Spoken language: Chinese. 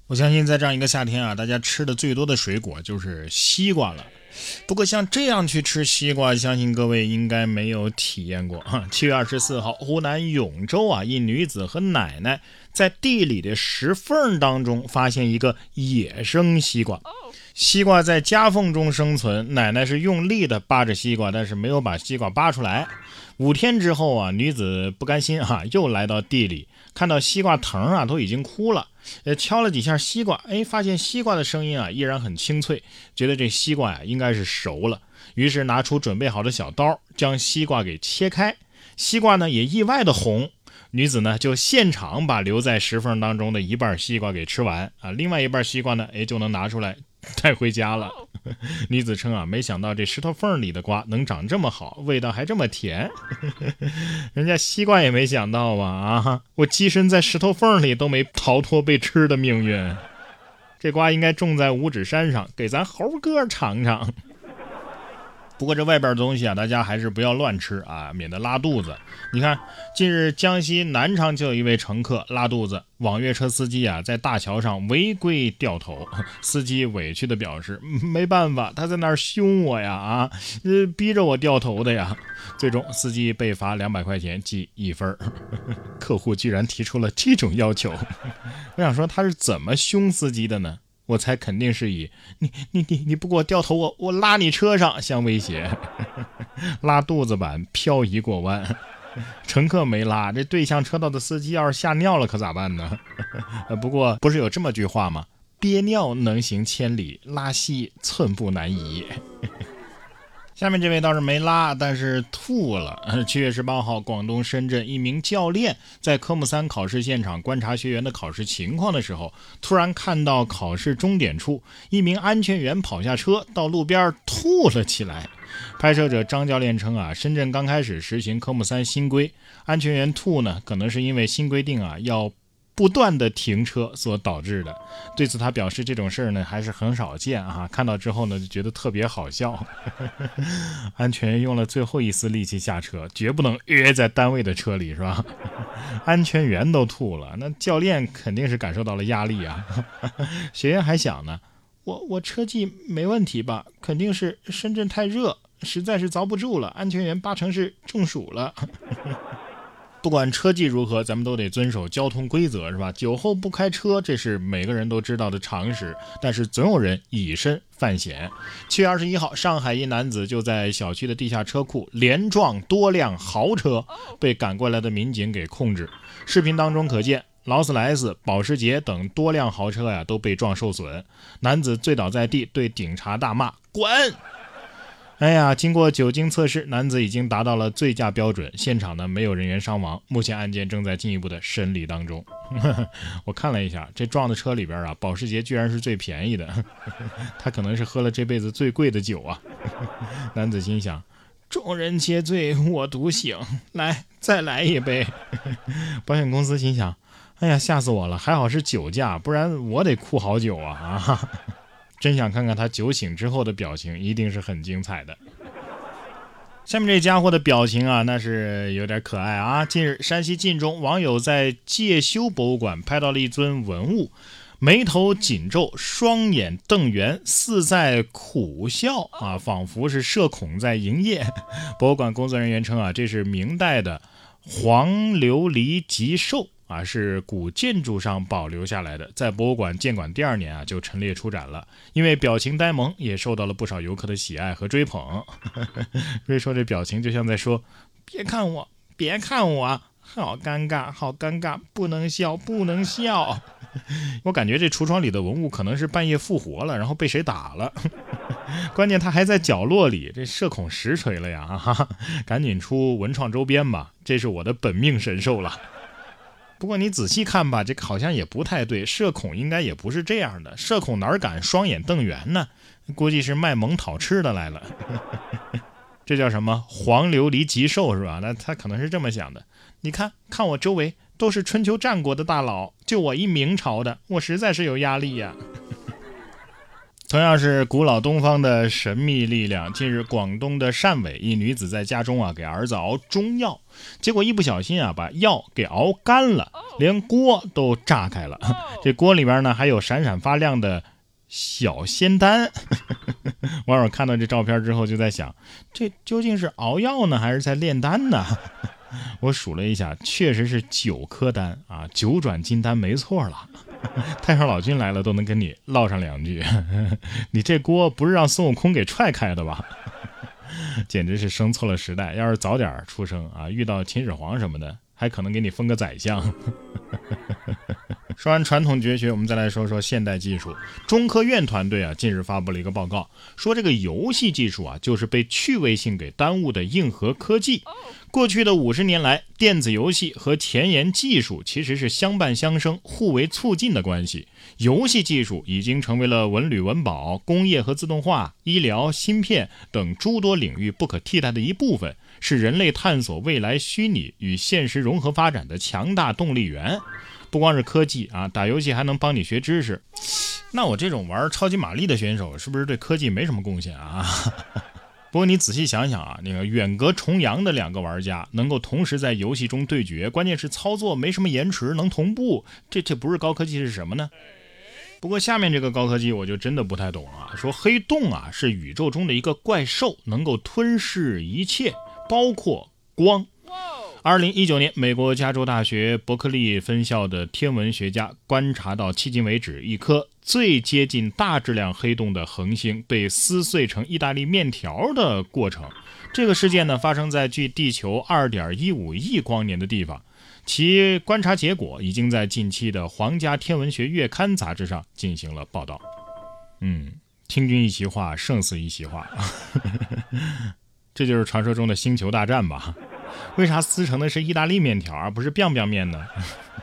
我相信在这样一个夏天啊，大家吃的最多的水果就是西瓜了。不过像这样去吃西瓜，相信各位应该没有体验过。7月24号，湖南永州啊，一女子和奶奶在地里的石缝当中发现一个野生西瓜。西瓜在夹缝中生存，奶奶是用力的扒着西瓜，但是没有把西瓜扒出来。5天之后啊，女子不甘心又来到地里，看到西瓜藤啊都已经枯了，敲了几下西瓜，发现西瓜的声音啊依然很清脆，觉得这西瓜应该是熟了，于是拿出准备好的小刀，将西瓜给切开。西瓜呢也意外的红，女子呢就现场把留在石缝当中的一半西瓜给吃完啊，另外一半西瓜呢就能拿出来带回家了。女子称啊，没想到这石头缝里的瓜能长这么好，味道还这么甜。人家西瓜也没想到啊，我跻身在石头缝里都没逃脱被吃的命运。这瓜应该种在五指山上，给咱猴哥尝尝。不过这外边的东西啊，大家还是不要乱吃啊，免得拉肚子。你看，近日江西南昌就有一位乘客拉肚子，网约车司机啊在大桥上违规掉头，司机委屈的表示没办法，他在那儿凶我呀逼着我掉头的呀。最终司机被罚200块钱记1分。客户居然提出了这种要求，我想说他是怎么凶司机的呢？我猜肯定是以你不给我掉头，我拉你车上相威胁。拉肚子版漂移过弯，乘客没拉，这对向车道的司机要是吓尿了可咋办呢？不过不是有这么句话吗？憋尿能行千里，拉稀寸步难移。下面这位倒是没拉，但是吐了。7月18号，广东深圳一名教练在科目3考试现场观察学员的考试情况的时候，突然看到考试终点处一名安全员跑下车到路边吐了起来。拍摄者张教练称啊，深圳刚开始实行科目3新规，安全员吐呢，可能是因为新规定啊要不断的停车所导致的。对此他表示，这种事呢还是很少见啊，看到之后呢就觉得特别好笑。安全员用了最后一丝力气下车，绝不能约在单位的车里，是吧？安全员都吐了，那教练肯定是感受到了压力啊。学员还想呢，我车技没问题吧？肯定是深圳太热，实在是遭不住了，安全员8成是中暑了。不管车技如何，咱们都得遵守交通规则，是吧？酒后不开车，这是每个人都知道的常识，但是总有人以身犯险。7月21号，上海一男子就在小区的地下车库连撞多辆豪车，被赶过来的民警给控制。视频当中可见，劳斯莱斯、保时捷等多辆豪车呀都被撞受损，男子醉倒在地，对警察大骂：“滚！”经过酒精测试，男子已经达到了醉驾标准，现场呢没有人员伤亡，目前案件正在进一步的审理当中。我看了一下，这撞的车里边啊，保时捷居然是最便宜的，他可能是喝了这辈子最贵的酒啊。男子心想，众人皆醉我独醒，来再来一杯。保险公司心想，吓死我了，还好是酒驾，不然我得哭好久啊。真想看看他酒醒之后的表情，一定是很精彩的。下面这家伙的表情啊，那是有点可爱啊。近日，山西晋中网友在介休博物馆拍到了一尊文物，眉头紧皱，双眼瞪圆，似在苦笑啊，仿佛是社恐在营业。博物馆工作人员称啊，这是明代的黄琉璃吉兽啊，是古建筑上保留下来的，在博物馆建馆第2年啊就陈列出展了。因为表情呆萌，也受到了不少游客的喜爱和追捧。所以说这表情就像在说，别看我，别看我，好尴尬，好尴尬，不能笑，不能笑。我感觉这橱窗里的文物可能是半夜复活了，然后被谁打了。关键他还在角落里，这社恐实锤了呀！赶紧出文创周边吧，这是我的本命神兽了。不过你仔细看吧，这好像也不太对，社恐应该也不是这样的，社恐哪敢双眼瞪圆呢？估计是卖萌讨吃的来了。这叫什么黄琉璃吉兽是吧？那他可能是这么想的，你看我周围都是春秋战国的大佬，就我一明朝的，我实在是有压力呀。 同样是古老东方的神秘力量，近日广东的汕尾一女子在家中给儿子熬中药，结果一不小心把药给熬干了，连锅都炸开了。这锅里边呢还有闪闪发亮的小仙丹。网友看到这照片之后就在想，这究竟是熬药呢还是在炼丹呢？我数了一下，确实是9颗丹啊，9转金丹没错了。太上老君来了都能跟你唠上2句。你这锅不是让孙悟空给踹开的吧？简直是生错了时代，要是早点出生遇到秦始皇什么的，还可能给你封个宰相。说完传统绝学，我们再来说说现代技术。中科院团队近日发布了一个报告，说这个游戏技术就是被趣味性给耽误的硬核科技。过去的50年来，电子游戏和前沿技术其实是相伴相生、互为促进的关系。游戏技术已经成为了文旅文保、工业和自动化、医疗、芯片等诸多领域不可替代的一部分，是人类探索未来虚拟与现实融合发展的强大动力源。不光是科技打游戏还能帮你学知识，那我这种玩超级玛丽的选手是不是对科技没什么贡献啊？不过你仔细想想那个远隔重洋的2个玩家能够同时在游戏中对决，关键是操作没什么延迟，能同步，这不是高科技是什么呢？不过下面这个高科技我就真的不太懂了，说黑洞是宇宙中的一个怪兽，能够吞噬一切，包括光。2019年，美国加州大学伯克利分校的天文学家观察到，迄今为止一颗最接近大质量黑洞的恒星被撕碎成意大利面条的过程。这个事件呢，发生在距地球 2.15 亿光年的地方，其观察结果已经在近期的皇家天文学月刊杂志上进行了报道。听君一席话，胜似一席话。这就是传说中的星球大战吧？为啥撕成的是意大利面条而不是 biang biang 面呢？